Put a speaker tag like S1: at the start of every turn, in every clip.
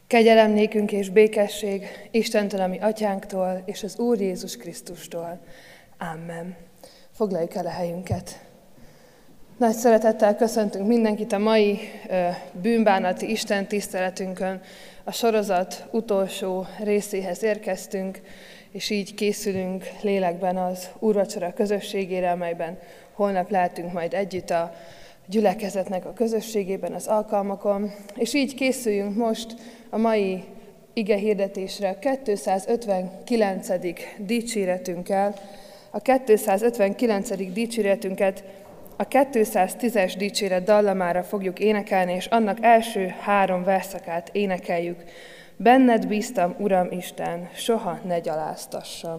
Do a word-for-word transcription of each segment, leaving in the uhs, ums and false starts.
S1: Kegyelem nékünk és békesség Istentől, ami atyánktól, és az Úr Jézus Krisztustól. Amen. Foglaljuk el a helyünket. Nagy szeretettel köszöntünk mindenkit a mai ö, bűnbánati Isten tiszteletünkön. A sorozat utolsó részéhez érkeztünk, és így készülünk lélekben az úrvacsora közösségére, amelyben holnap lehetünk majd együtt a gyülekezetnek a közösségében, az alkalmakon, és így készüljünk most a mai igehirdetésre a kétszázötvenkilencedik dicséretünkkel. A kétszázötvenkilencedik dicséretünket a kétszáztízes dicséret dallamára fogjuk énekelni, és annak első három verszakát énekeljük. Benned bíztam, Uram Isten, soha ne gyaláztassam.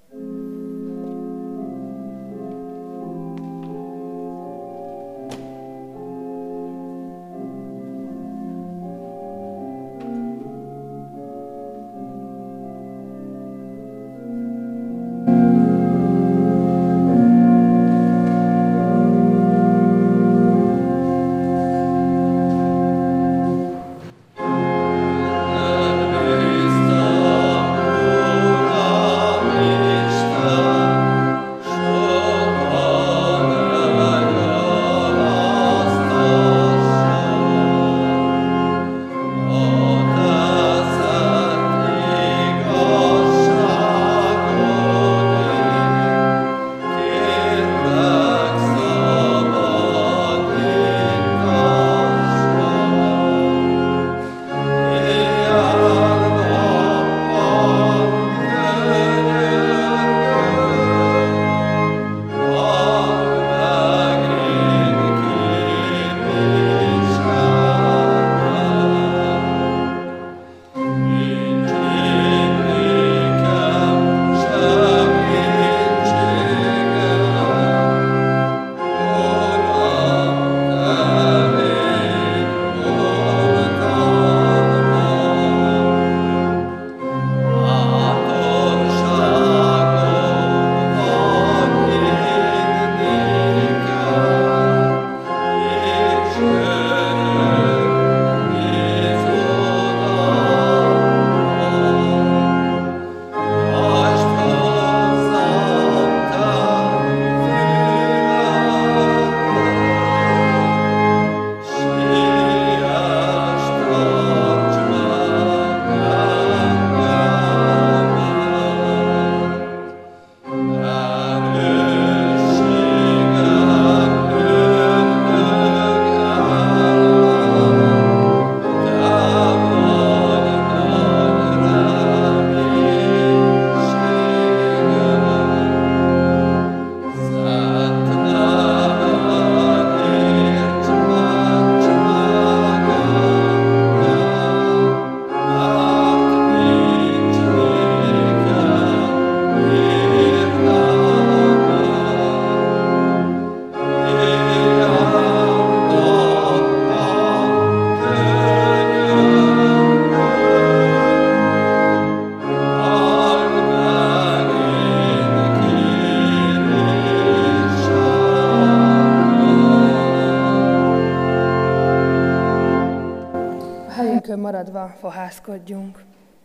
S1: Maradva fohászkodjunk.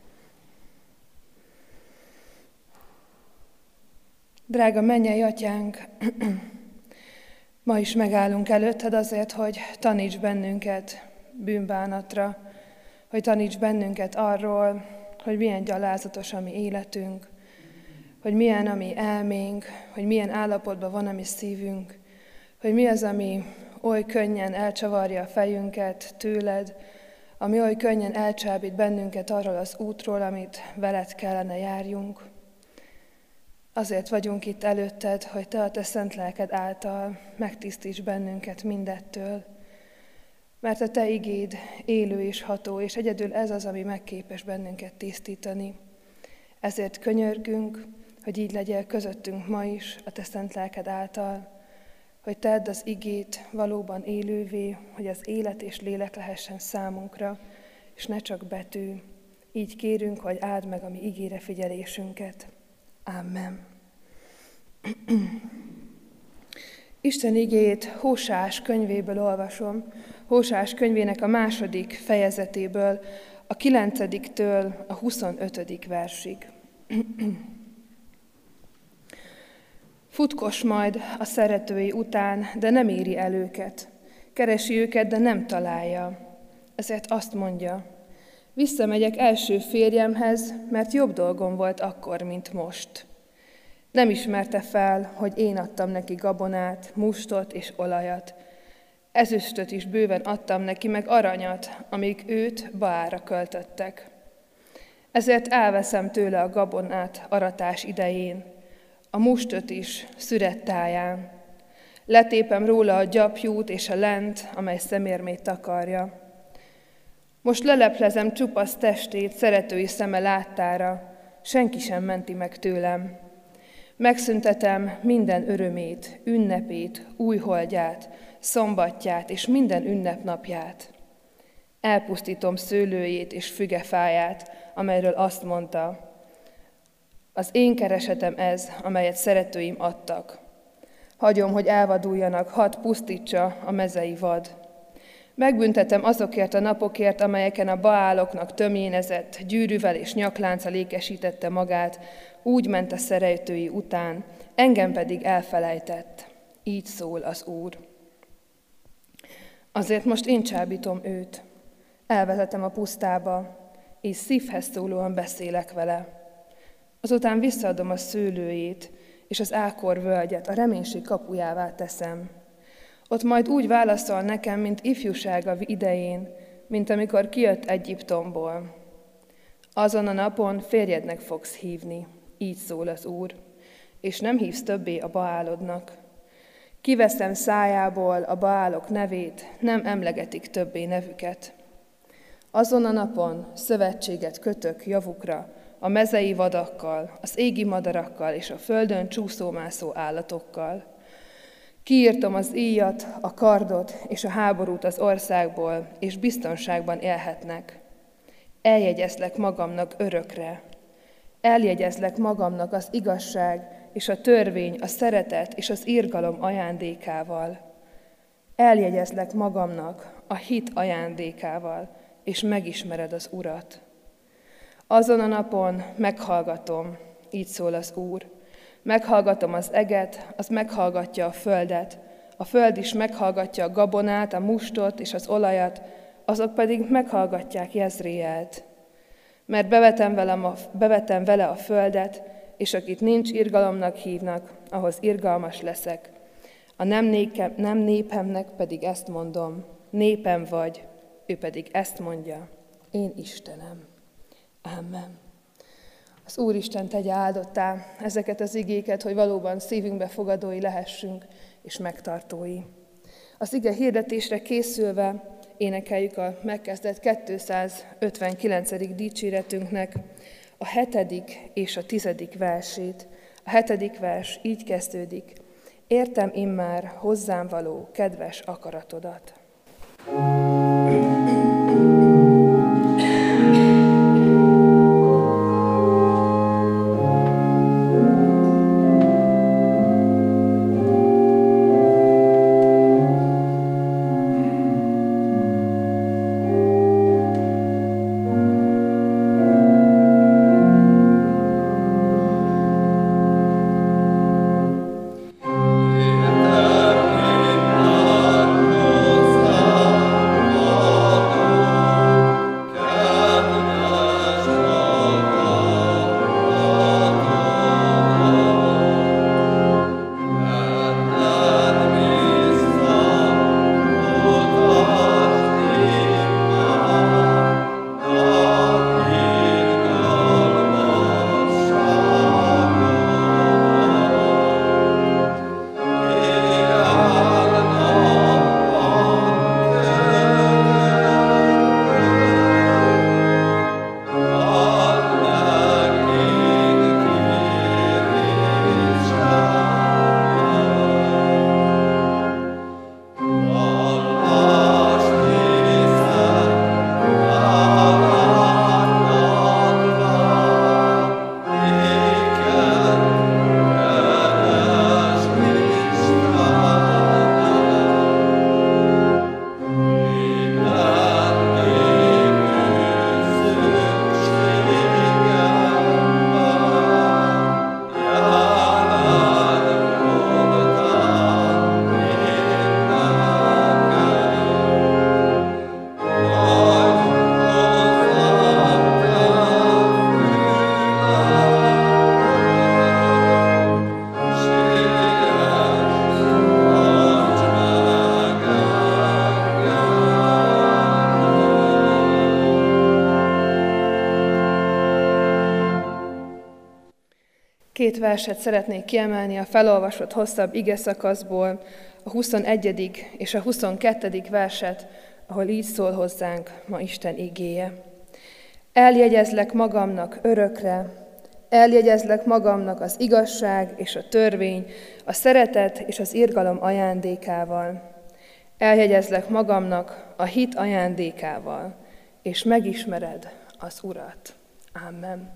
S1: Drága mennyei atyánk, ma is megállunk előtted azért, hogy taníts bennünket bűnbánatra, hogy taníts bennünket arról, hogy milyen gyalázatos a mi életünk, hogy milyen a mi elménk, hogy milyen állapotban van a mi szívünk, hogy mi az, ami oly könnyen elcsavarja a fejünket tőled, ami oly könnyen elcsábít bennünket arról az útról, amit veled kellene járjunk. Azért vagyunk itt előtted, hogy te a te szent lelked által megtisztíts bennünket mindettől, mert a te igéd élő és ható, és egyedül ez az, ami megképes bennünket tisztítani. Ezért könyörgünk, hogy így legyél közöttünk ma is a te szent lelked által, hogy tedd az igét valóban élővé, hogy az élet és lélek lehessen számunkra, és ne csak betű. Így kérünk, hogy áld meg a mi igére figyelésünket. Amen. Isten igéjét Hóseás könyvéből olvasom, Hóseás könyvének a második fejezetéből, a kilencediktől a huszonötödik versig. Futkos majd a szeretői után, de nem éri el őket. Keresi őket, de nem találja. Ezért azt mondja, visszamegyek első férjemhez, mert jobb dolgom volt akkor, mint most. Nem ismerte fel, hogy én adtam neki gabonát, mustot és olajat. Ezüstöt is bőven adtam neki, meg aranyat, amíg őt Baálra költöttek. Ezért elveszem tőle a gabonát aratás idején, a mustot is szüret táján. Letépem róla a gyapjút és a lent, amely szemérmét takarja. Most leleplezem csupasz testét szeretői szeme láttára, senki sem menti meg tőlem. Megszüntetem minden örömét, ünnepét, újholdját, szombatját és minden ünnepnapját. Elpusztítom szőlőjét és fügefáját, amelyről azt mondta, az én keresetem ez, amelyet szeretőim adtak. Hagyom, hogy elvaduljanak, hadd pusztítsa a mezei vad. Megbüntetem azokért a napokért, amelyeken a Baáloknak tömjénezett, gyűrűvel és nyaklánccal ékesítette magát, úgy ment a szeretői után, engem pedig elfelejtett. Így szól az Úr. Azért most én csábítom őt, elvezetem a pusztába, és szívhez szólóan beszélek vele. Azután visszaadom a szőlőjét, és az Ákor völgyet a reménység kapujává teszem. Ott majd úgy válaszol nekem, mint ifjúsága idején, mint amikor kijött Egyiptomból. Azon a napon férjednek fogsz hívni, így szól az Úr, és nem hívsz többé a Baálodnak. Kiveszem szájából a Baálok nevét, nem emlegetik többé nevüket. Azon a napon szövetséget kötök javukra, a mezei vadakkal, az égi madarakkal és a földön csúszómászó állatokkal. Kiírtom az íjat, a kardot és a háborút az országból, és biztonságban élhetnek. Eljegyezlek magamnak örökre. Eljegyezlek magamnak az igazság és a törvény, a szeretet és az irgalom ajándékával. Eljegyezlek magamnak a hit ajándékával, és megismered az Urat. Azon a napon meghallgatom, így szól az Úr, meghallgatom az eget, az meghallgatja a földet, a föld is meghallgatja a gabonát, a mustot és az olajat, azok pedig meghallgatják Jezréelt. Mert bevetem vele, a, bevetem vele a földet, és akit nincs irgalomnak hívnak, ahhoz irgalmas leszek. A nem, nékem, nem népemnek pedig ezt mondom, népem vagy, ő pedig ezt mondja, én Istenem. Amen. Az Úristen tegye áldottá ezeket az igéket, hogy valóban szívünkbe fogadói lehessünk, és megtartói. Az ige hirdetésre készülve énekeljük a megkezdett kétszázötvenkilencedik dicséretünknek a hetedik és a tizedik versét. A hetedik vers így kezdődik. Értem immár hozzám való kedves akaratodat.
S2: Amen.
S1: Két verset szeretnék kiemelni a felolvasott hosszabb igeszakaszból, a huszonegyedik és a huszonkettedik verset, ahol így szól hozzánk ma Isten igéje. Eljegyezlek magamnak örökre, eljegyezlek magamnak az igazság és a törvény, a szeretet és az irgalom ajándékával. Eljegyezlek magamnak a hit ajándékával, és megismered az Urat. Amen.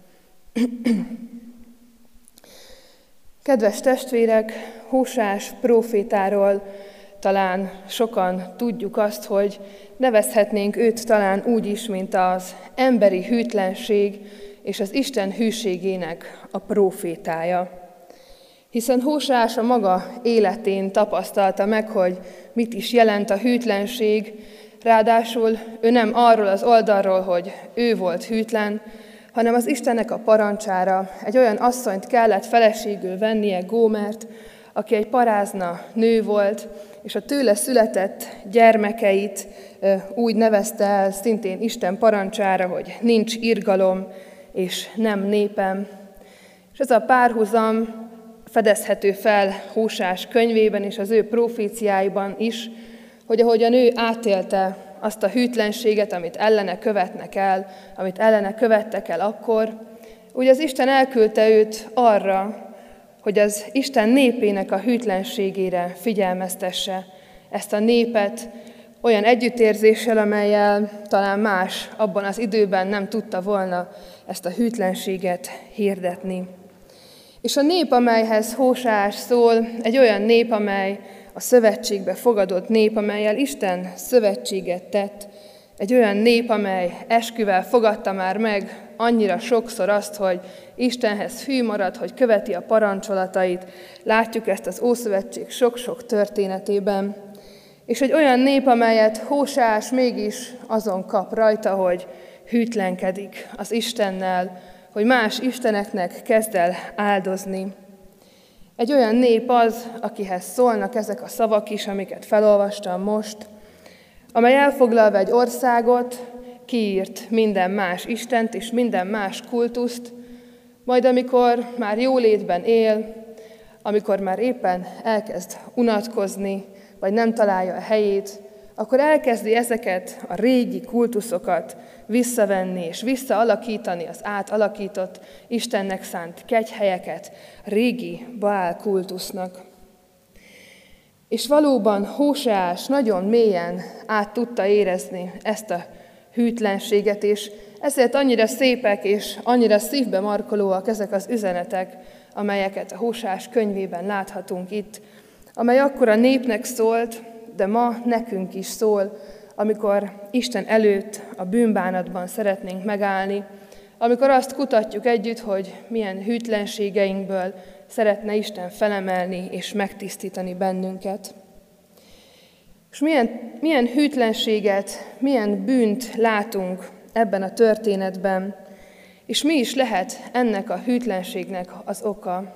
S1: Kedves testvérek, Hóseás prófétáról talán sokan tudjuk azt, hogy nevezhetnénk őt talán úgy is, mint az emberi hűtlenség és az Isten hűségének a prófétája. Hiszen Hóseás a maga életén tapasztalta meg, hogy mit is jelent a hűtlenség, ráadásul ő nem arról az oldalról, hogy ő volt hűtlen, hanem az Istennek a parancsára egy olyan asszonyt kellett feleségül vennie, Gómert, aki egy parázna nő volt, és a tőle született gyermekeit úgy nevezte el szintén Isten parancsára, hogy nincs irgalom és nem népem. És ez a párhuzam fedezhető fel Hóseás könyvében és az ő proféciáiban is, hogy ahogy a nő átélte azt a hűtlenséget, amit ellene követnek el, amit ellene követtek el akkor, úgy az Isten elküldte őt arra, hogy az Isten népének a hűtlenségére figyelmeztesse ezt a népet olyan együttérzéssel, amellyel talán más abban az időben nem tudta volna ezt a hűtlenséget hirdetni. És a nép, amelyhez Hóseás szól, egy olyan nép, amely a szövetségbe fogadott nép, amellyel Isten szövetséget tett, egy olyan nép, amely esküvel fogadta már meg annyira sokszor azt, hogy Istenhez hű marad, hogy követi a parancsolatait. Látjuk ezt az Ószövetség sok-sok történetében. És egy olyan nép, amelyet Hóseás mégis azon kap rajta, hogy hűtlenkedik az Istennel, hogy más isteneknek kezd el áldozni. Egy olyan nép az, akihez szólnak ezek a szavak is, amiket felolvastam most, amely elfoglalva egy országot, kiírt minden más istent és minden más kultuszt, majd amikor már jólétben él, amikor már éppen elkezd unatkozni, vagy nem találja a helyét, akkor elkezdi ezeket a régi kultuszokat visszavenni és visszaalakítani az átalakított, Istennek szánt kegyhelyeket a régi Baál kultusznak. És valóban Hóseás nagyon mélyen át tudta érezni ezt a hűtlenséget, és ezért annyira szépek és annyira szívbe markolóak ezek az üzenetek, amelyeket a Hóseás könyvében láthatunk itt, amely akkor a népnek szólt, de ma nekünk is szól, amikor Isten előtt a bűnbánatban szeretnénk megállni, amikor azt kutatjuk együtt, hogy milyen hűtlenségeinkből szeretne Isten felemelni és megtisztítani bennünket. És milyen, milyen hűtlenséget, milyen bűnt látunk ebben a történetben, és mi is lehet ennek a hűtlenségnek az oka.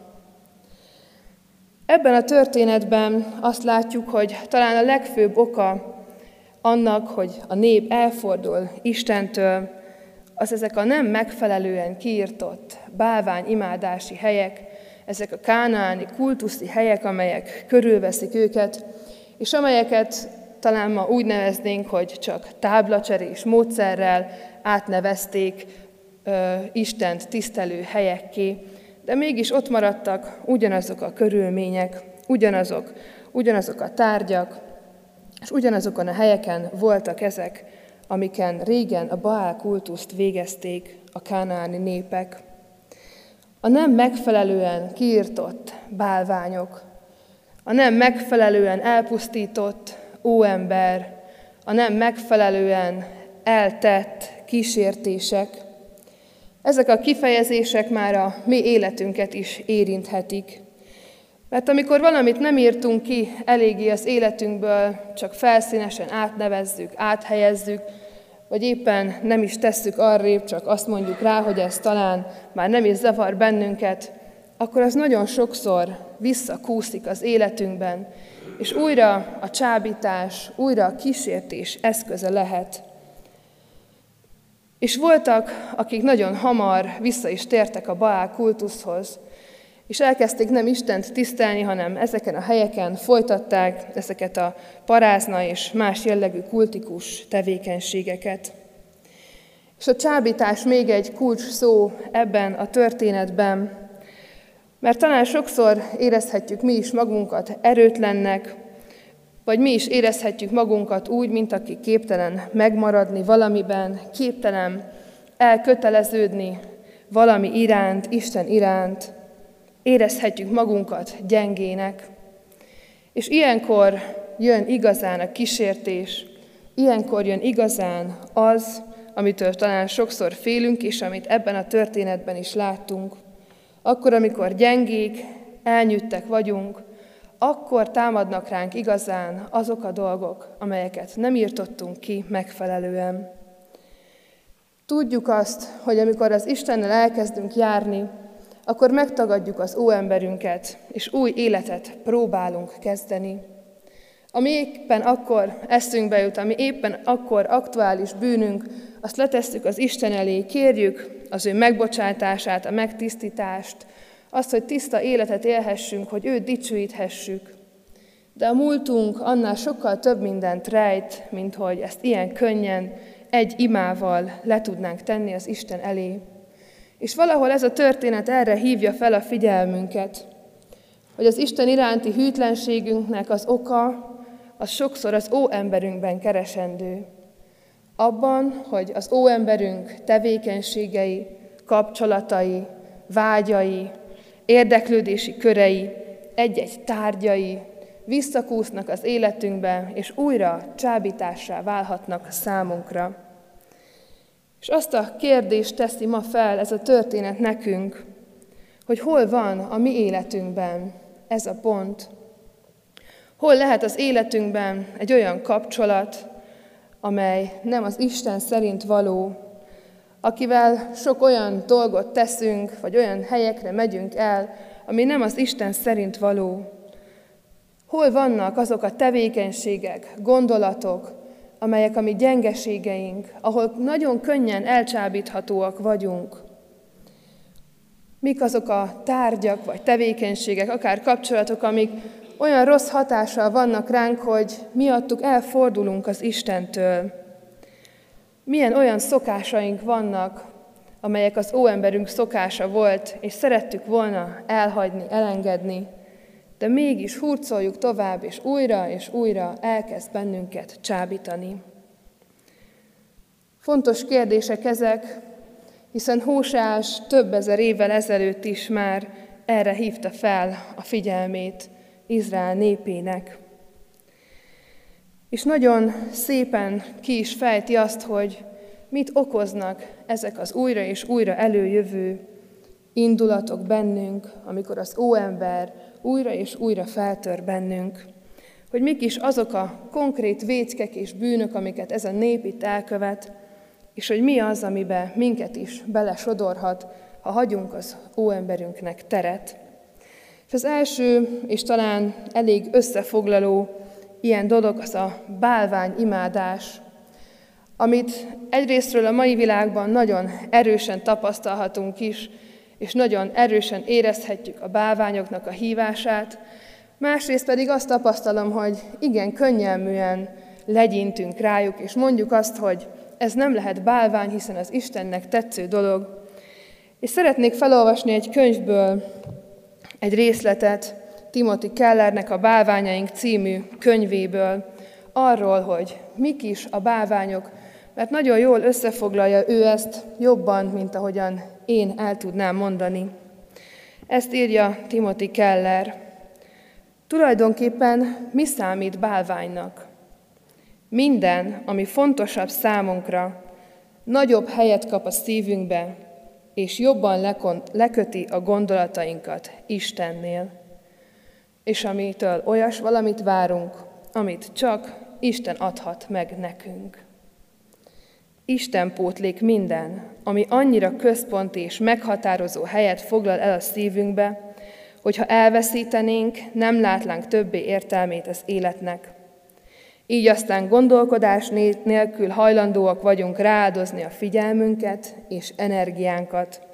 S1: Ebben a történetben azt látjuk, hogy talán a legfőbb oka annak, hogy a nép elfordul Istentől, az ezek a nem megfelelően kiirtott bálványimádási helyek, ezek a kánaáni kultuszi helyek, amelyek körülveszik őket, és amelyeket talán ma úgy neveznénk, hogy csak táblacserés módszerrel átnevezték ö, Istent tisztelő helyekké, de mégis ott maradtak ugyanazok a körülmények, ugyanazok, ugyanazok a tárgyak, és ugyanazokon a helyeken voltak ezek, amiken régen a Baál kultuszt végezték a kánaáni népek. A nem megfelelően kiirtott bálványok, a nem megfelelően elpusztított óember, a nem megfelelően eltett kísértések, ezek a kifejezések már a mi életünket is érinthetik. Mert amikor valamit nem írtunk ki eléggé az életünkből, csak felszínesen átnevezzük, áthelyezzük, vagy éppen nem is tesszük arrébb, csak azt mondjuk rá, hogy ez talán már nem is zavar bennünket, akkor az nagyon sokszor visszakúszik az életünkben, és újra a csábítás, újra a kísértés eszköze lehet. És voltak, akik nagyon hamar vissza is tértek a Baál kultuszhoz, És elkezdték nem Istent tisztelni, hanem ezeken a helyeken folytatták ezeket a parázna és más jellegű kultikus tevékenységeket. És a csábítás még egy kulcs szó ebben a történetben, mert talán sokszor érezhetjük mi is magunkat erőtlennek, vagy mi is érezhetjük magunkat úgy, mint aki képtelen megmaradni valamiben, képtelen elköteleződni valami iránt, Isten iránt, érezhetjük magunkat gyengének. És ilyenkor jön igazán a kísértés, ilyenkor jön igazán az, amitől talán sokszor félünk, és amit ebben a történetben is láttunk. Akkor, amikor gyengék, elnyűttek vagyunk, akkor támadnak ránk igazán azok a dolgok, amelyeket nem írtottunk ki megfelelően. Tudjuk azt, hogy amikor az Istennel elkezdünk járni, akkor megtagadjuk az óemberünket, és új életet próbálunk kezdeni. Ami éppen akkor eszünkbe jut, ami éppen akkor aktuális bűnünk, azt letesszük az Isten elé, kérjük az ő megbocsátását, a megtisztítást, azt, hogy tiszta életet élhessünk, hogy őt dicsőíthessük. De a múltunk annál sokkal több mindent rejt, mint hogy ezt ilyen könnyen, egy imával le tudnánk tenni az Isten elé. És valahol ez a történet erre hívja fel a figyelmünket, hogy az Isten iránti hűtlenségünknek az oka, az sokszor az óemberünkben keresendő. Abban, hogy az óemberünk tevékenységei, kapcsolatai, vágyai, érdeklődési körei, egy-egy tárgyai visszakúsznak az életünkbe, és újra csábítássá válhatnak számunkra. És azt a kérdést teszi ma fel ez a történet nekünk, hogy hol van a mi életünkben ez a pont. Hol lehet az életünkben egy olyan kapcsolat, amely nem az Isten szerint való, akivel sok olyan dolgot teszünk, vagy olyan helyekre megyünk el, ami nem az Isten szerint való. Hol vannak azok a tevékenységek, gondolatok, amelyek a mi gyengeségeink, ahol nagyon könnyen elcsábíthatóak vagyunk. Mik azok a tárgyak, vagy tevékenységek, akár kapcsolatok, amik olyan rossz hatással vannak ránk, hogy miattuk elfordulunk az Istentől. Milyen olyan szokásaink vannak, amelyek az óemberünk szokása volt, és szerettük volna elhagyni, elengedni, de mégis hurcoljuk tovább, és újra és újra elkezd bennünket csábítani. Fontos kérdések ezek, hiszen Hóseás több ezer évvel ezelőtt is már erre hívta fel a figyelmét Izrael népének. És nagyon szépen ki is fejti azt, hogy mit okoznak ezek az újra és újra előjövő indulatok bennünk, amikor az óember újra és újra feltör bennünk. Hogy mik is azok a konkrét vétkek és bűnök, amiket ez a nép itt elkövet, és hogy mi az, amiben minket is belesodorhat, ha hagyunk az óemberünknek teret. És az első, és talán elég összefoglaló ilyen dolog az a bálványimádás, amit egyrésztről a mai világban nagyon erősen tapasztalhatunk is, és nagyon erősen érezhetjük a bálványoknak a hívását, másrészt pedig azt tapasztalom, hogy igen könnyelműen legyintünk rájuk, és mondjuk azt, hogy ez nem lehet bálvány, hiszen az Istennek tetsző dolog. És szeretnék felolvasni egy könyvből egy részletet, Timothy Kellernek a Bálványaink című könyvéből, arról, hogy mik is a bálványok, mert nagyon jól összefoglalja ő ezt jobban, mint ahogyan én el tudnám mondani. Ezt írja Timothy Keller. Tulajdonképpen mi számít bálványnak? Minden, ami fontosabb számunkra, nagyobb helyet kap a szívünkbe, és jobban lekon- leköti a gondolatainkat Istennél, és amitől olyas valamit várunk, amit csak Isten adhat meg nekünk. Isten pótlék minden, ami annyira központi és meghatározó helyet foglal el a szívünkbe, hogyha elveszítenénk, nem látnánk többé értelmét az életnek. Így aztán gondolkodás nélkül hajlandóak vagyunk rááldozni a figyelmünket és energiánkat,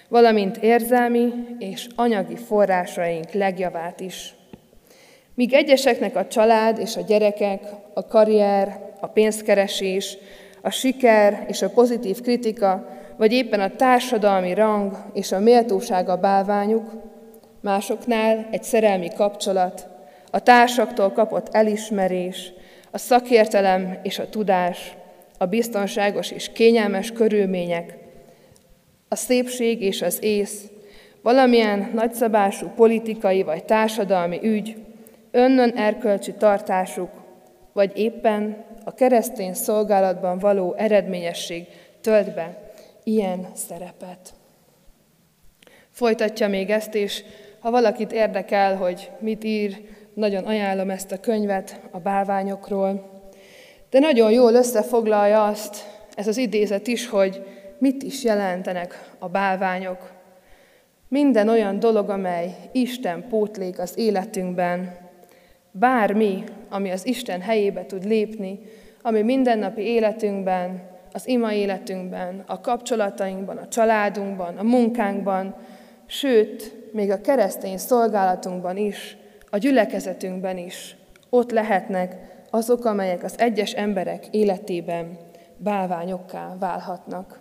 S1: valamint érzelmi és anyagi forrásaink legjavát is. Míg egyeseknek a család és a gyerekek, a karrier, a pénzkeresés, a siker és a pozitív kritika, vagy éppen a társadalmi rang és a méltóság a bálványuk, másoknál egy szerelmi kapcsolat, a társaktól kapott elismerés, a szakértelem és a tudás, a biztonságos és kényelmes körülmények, a szépség és az ész, valamilyen nagyszabású politikai vagy társadalmi ügy, önnön erkölcsi tartásuk, vagy éppen a keresztény szolgálatban való eredményesség tölt be ilyen szerepet. Folytatja még ezt, és ha valakit érdekel, hogy mit ír, nagyon ajánlom ezt a könyvet a bálványokról. De nagyon jól összefoglalja azt, ez az idézet is, hogy mit is jelentenek a bálványok. Minden olyan dolog, amely Isten pótlék az életünkben, bármi, ami az Isten helyébe tud lépni, ami mindennapi életünkben, az ima életünkben, a kapcsolatainkban, a családunkban, a munkánkban, sőt, még a keresztény szolgálatunkban is, a gyülekezetünkben is ott lehetnek azok, amelyek az egyes emberek életében bálványokká válhatnak.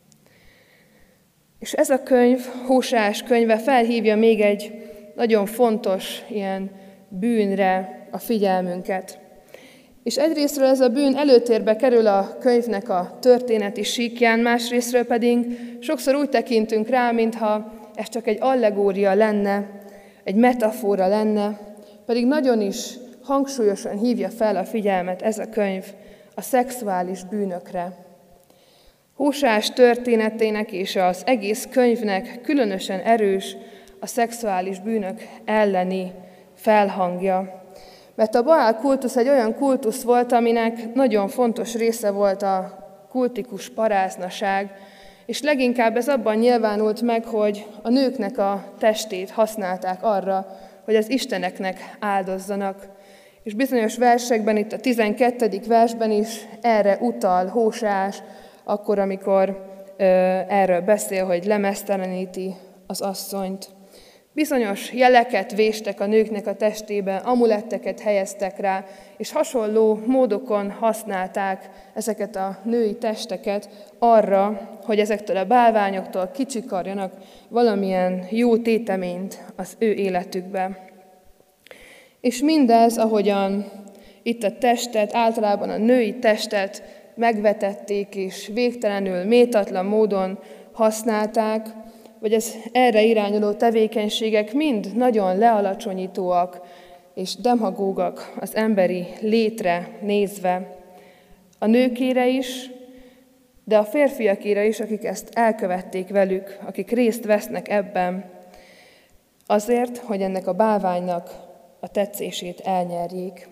S1: És ez a könyv, Hóseás könyve felhívja még egy nagyon fontos ilyen bűnre a figyelmünket. És egyrészről ez a bűn előtérbe kerül a könyvnek a történeti síkján, másrészről pedig sokszor úgy tekintünk rá, mintha ez csak egy allegória lenne, egy metafora lenne, pedig nagyon is hangsúlyosan hívja fel a figyelmet ez a könyv a szexuális bűnökre. Hóseás történetének és az egész könyvnek különösen erős a szexuális bűnök elleni felhangja. Mert a Baál kultusz egy olyan kultusz volt, aminek nagyon fontos része volt a kultikus paráznaság, és leginkább ez abban nyilvánult meg, hogy a nőknek a testét használták arra, hogy az isteneknek áldozzanak. És bizonyos versekben, itt a tizenkettedik versben is erre utal Hóseás, akkor, amikor ö, erről beszél, hogy lemezteleníti az asszonyt. Bizonyos jeleket véstek a nőknek a testébe, amuletteket helyeztek rá, és hasonló módokon használták ezeket a női testeket arra, hogy ezektől a bálványoktól kicsikarjanak valamilyen jó téteményt az ő életükbe. És mindez, ahogyan itt a testet, általában a női testet megvetették, és végtelenül méltatlan módon használták, vagy az erre irányuló tevékenységek mind nagyon lealacsonyítóak és demagógak az emberi létre nézve. A nőkére is, de a férfiakére is, akik ezt elkövették velük, akik részt vesznek ebben, azért, hogy ennek a bálványnak a tetszését elnyerjék.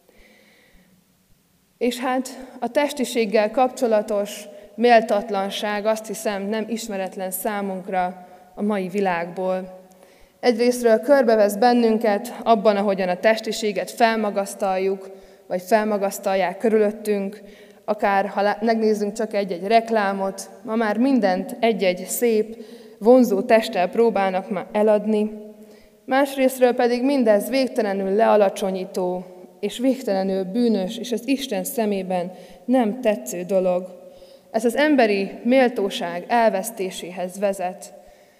S1: És hát a testiséggel kapcsolatos méltatlanság, azt hiszem, nem ismeretlen számunkra a mai világból. Egyrészről körbevesz bennünket abban, ahogyan a testiséget felmagasztaljuk, vagy felmagasztalják körülöttünk, akár ha megnézzünk csak egy-egy reklámot, ma már mindent egy-egy szép, vonzó testtel próbálnak már eladni. Másrészről pedig mindez végtelenül lealacsonyító, és végtelenül bűnös, és az Isten szemében nem tetsző dolog. Ez az emberi méltóság elvesztéséhez vezet.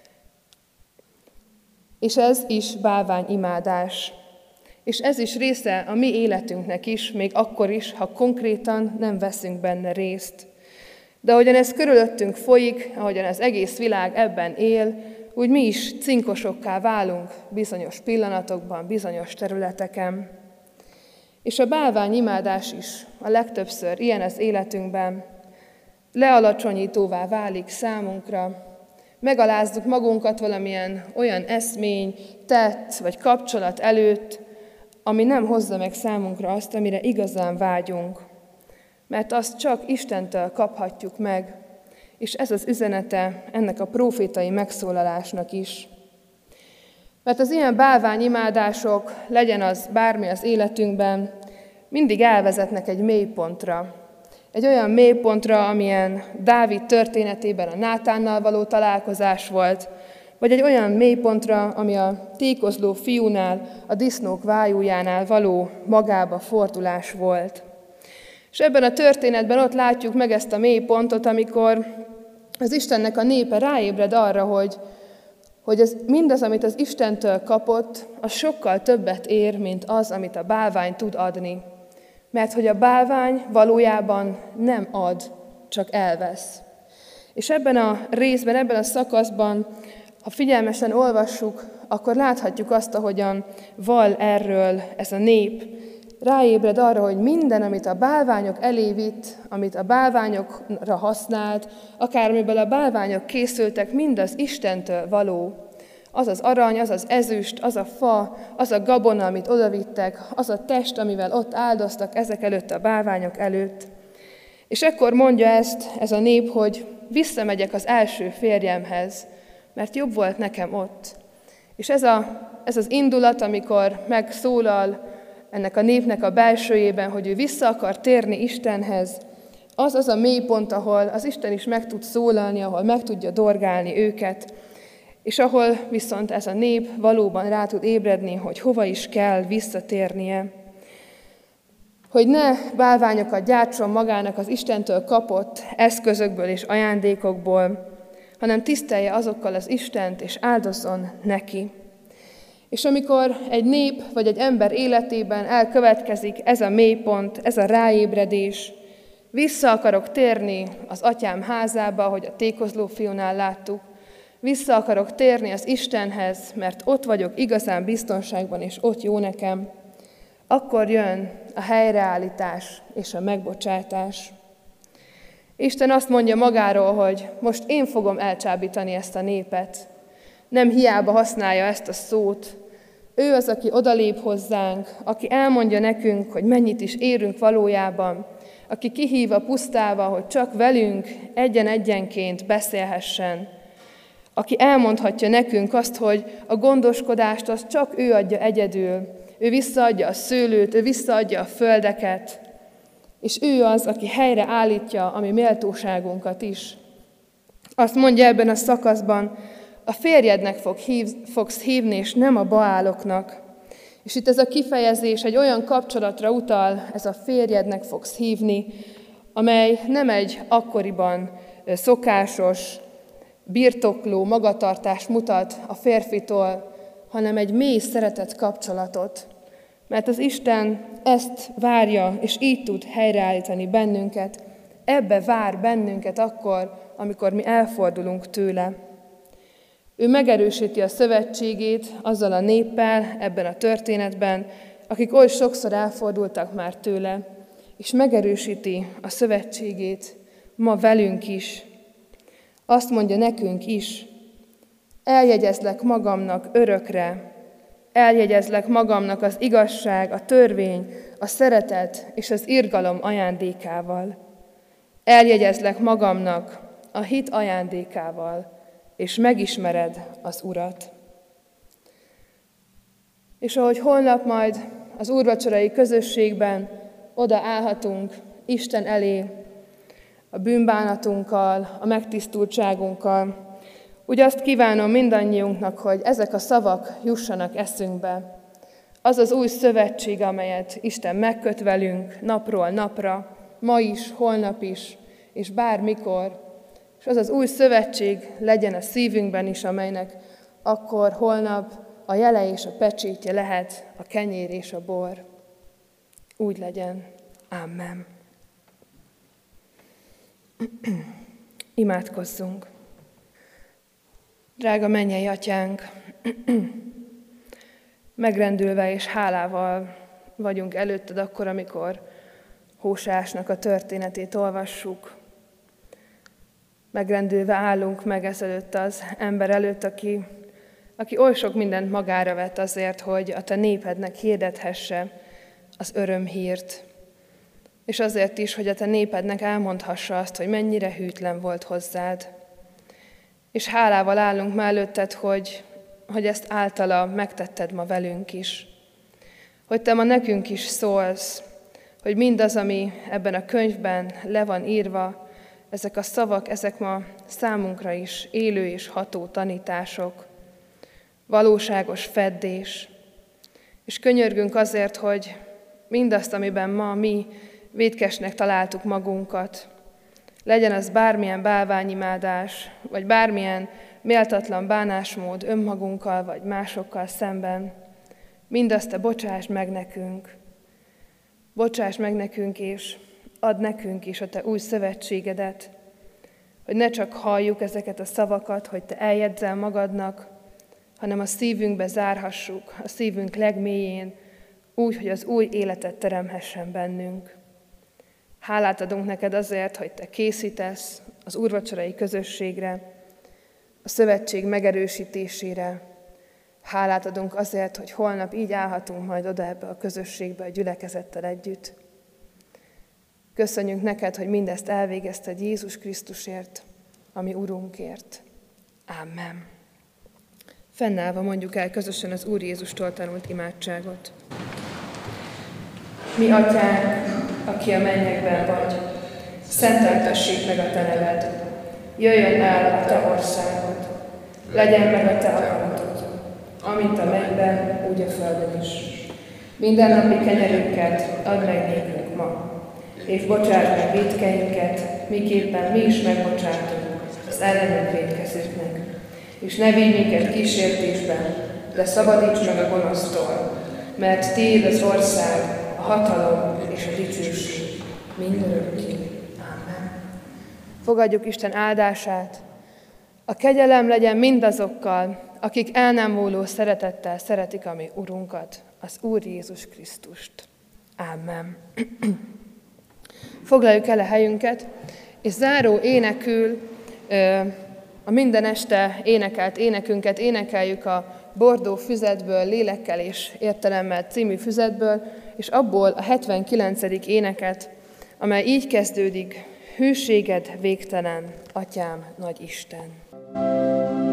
S1: És ez is bálványimádás. És ez is része a mi életünknek is, még akkor is, ha konkrétan nem veszünk benne részt. De ahogyan ez körülöttünk folyik, ahogyan az egész világ ebben él, úgy mi is cinkosokká válunk bizonyos pillanatokban, bizonyos területeken. És a bálványimádás is a legtöbbször ilyen az életünkben, lealacsonyítóvá válik számunkra, megalázzuk magunkat valamilyen olyan eszmény, tett vagy kapcsolat előtt, ami nem hozza meg számunkra azt, amire igazán vágyunk. Mert azt csak Istentől kaphatjuk meg, és ez az üzenete ennek a prófétai megszólalásnak is. Mert az ilyen bálványimádások, legyen az bármi az életünkben, mindig elvezetnek egy mélypontra, Egy olyan mélypontra, amilyen Dávid történetében a Nátánnal való találkozás volt, vagy egy olyan mélypontra, ami a tékozló fiúnál, a disznók vájújánál való magába fordulás volt. És ebben a történetben ott látjuk meg ezt a mélypontot, amikor az Istennek a népe ráébred arra, hogy, hogy az, mindaz, amit az Istentől kapott, az sokkal többet ér, mint az, amit a bálvány tud adni. Mert hogy a bálvány valójában nem ad, csak elvesz. És ebben a részben, ebben a szakaszban, ha figyelmesen olvassuk, akkor láthatjuk azt, ahogyan val erről ez a nép. Ráébred arra, hogy minden, amit a bálványok elé vitt, amit a bálványokra használt, akár amiből a bálványok készültek, mind az Istentől való. Az az arany, az az ezüst, az a fa, az a gabona, amit odavittek, az a test, amivel ott áldoztak ezek előtt a bálványok előtt. És ekkor mondja ezt ez a nép, hogy visszamegyek az első férjemhez, mert jobb volt nekem ott. És ez, a, ez az indulat, amikor megszólal ennek a népnek a belsőjében, hogy ő vissza akar térni Istenhez, az az a mélypont, ahol az Isten is meg tud szólalni, ahol meg tudja dorgálni őket, és ahol viszont ez a nép valóban rá tud ébredni, hogy hova is kell visszatérnie. Hogy ne bálványokat gyártson magának az Istentől kapott eszközökből és ajándékokból, hanem tisztelje azokkal az Istent, és áldozzon neki. És amikor egy nép vagy egy ember életében elkövetkezik ez a mélypont, ez a ráébredés, vissza akarok térni az atyám házába, ahogy a tékozló fiúnál láttuk, vissza akarok térni az Istenhez, mert ott vagyok igazán biztonságban, és ott jó nekem, akkor jön a helyreállítás és a megbocsátás. Isten azt mondja magáról, hogy most én fogom elcsábítani ezt a népet. Nem hiába használja ezt a szót. Ő az, aki odalép hozzánk, aki elmondja nekünk, hogy mennyit is érünk valójában, aki kihív a pusztába, hogy csak velünk egyen-egyenként beszélhessen, aki elmondhatja nekünk azt, hogy a gondoskodást azt csak ő adja egyedül, ő visszaadja a szőlőt, ő visszaadja a földeket, és ő az, aki helyre állítja a mi méltóságunkat is. Azt mondja ebben a szakaszban, a férjednek fog hív, fogsz hívni, és nem a baáloknak. És itt ez a kifejezés egy olyan kapcsolatra utal, ez a férjednek fogsz hívni, amely nem egy akkoriban szokásos, birtokló magatartást mutat a férfitól, hanem egy mély szeretet kapcsolatot. Mert az Isten ezt várja, és így tud helyreállítani bennünket, ebbe vár bennünket akkor, amikor mi elfordulunk tőle. Ő megerősíti a szövetségét azzal a néppel ebben a történetben, akik oly sokszor elfordultak már tőle, és megerősíti a szövetségét ma velünk is. Azt mondja nekünk is, eljegyezlek magamnak örökre, eljegyezlek magamnak az igazság, a törvény, a szeretet és az irgalom ajándékával. Eljegyezlek magamnak a hit ajándékával, és megismered az Urat. És ahogy holnap majd az úrvacsorai közösségben odaállhatunk Isten elé, a bűnbánatunkkal, a megtisztultságunkkal, úgy azt kívánom mindannyiunknak, hogy ezek a szavak jussanak eszünkbe. Az az új szövetség, amelyet Isten megköt velünk napról napra, ma is, holnap is, és bármikor, és az az új szövetség legyen a szívünkben is, amelynek akkor holnap a jele és a pecsétje lehet a kenyér és a bor. Úgy legyen. Amen. Imádkozzunk. Drága mennyei atyánk, megrendülve és hálával vagyunk előtted akkor, amikor Hóseásnak a történetét olvassuk. Megrendülve állunk meg ezelőtt az ember előtt, aki, aki oly sok mindent magára vett azért, hogy a te népednek hirdethesse az örömhírt. És azért is, hogy a te népednek elmondhassa azt, hogy mennyire hűtlen volt hozzád. És hálával állunk már előtted, hogy, hogy ezt általa megtetted ma velünk is. Hogy te ma nekünk is szólsz, hogy mindaz, ami ebben a könyvben le van írva, ezek a szavak, ezek ma számunkra is élő és ható tanítások, valóságos feddés, és könyörgünk azért, hogy mindazt, amiben ma mi vétkesnek találtuk magunkat, legyen az bármilyen bálványimádás, vagy bármilyen méltatlan bánásmód önmagunkkal, vagy másokkal szemben, mindazt te bocsáss meg nekünk. Bocsáss meg nekünk, és add nekünk is a te új szövetségedet, hogy ne csak halljuk ezeket a szavakat, hogy te eljegyzel magadnak, hanem a szívünkbe zárhassuk, a szívünk legmélyén, úgy, hogy az új életet teremhessen bennünk. Hálát adunk neked azért, hogy te készítesz az úrvacsorai közösségre, a szövetség megerősítésére. Hálát adunk azért, hogy holnap így állhatunk majd oda ebbe a közösségbe a gyülekezettel együtt. Köszönjük neked, hogy mindezt elvégezted Jézus Krisztusért, ami Urunkért. Amen. Fennállva mondjuk el közösen az Úr Jézustól tanult imádságot. Mi atyánk, aki a mennyekben vagy, szenteltessék meg a te neved. Jöjjön el a te országod, legyen meg a te akaratod, amint a mennyben, úgy a földön is. Mindennapi kenyerünket add meg nékünk ma, és bocsáss meg vétkeinket, miképpen mi is megbocsátunk az ellenünk vétkezőknek. És ne vigy minket kísértésben, de szabadíts meg a gonosztól, mert tiéd az ország, a hatalom és a dicsőség mindörökké. Amen. Fogadjuk Isten áldását. A kegyelem legyen mindazokkal, akik el nem múló szeretettel szeretik a mi Urunkat, az Úr Jézus Krisztust. Amen. Foglaljuk el a helyünket, és záró énekül a minden este énekelt énekünket énekeljük a Bordó füzetből, Lélekkel és értelemmel című füzetből, és abból a hetvenkilencedik éneket, amely így kezdődik: Hűséged végtelen, Atyám, nagy Isten.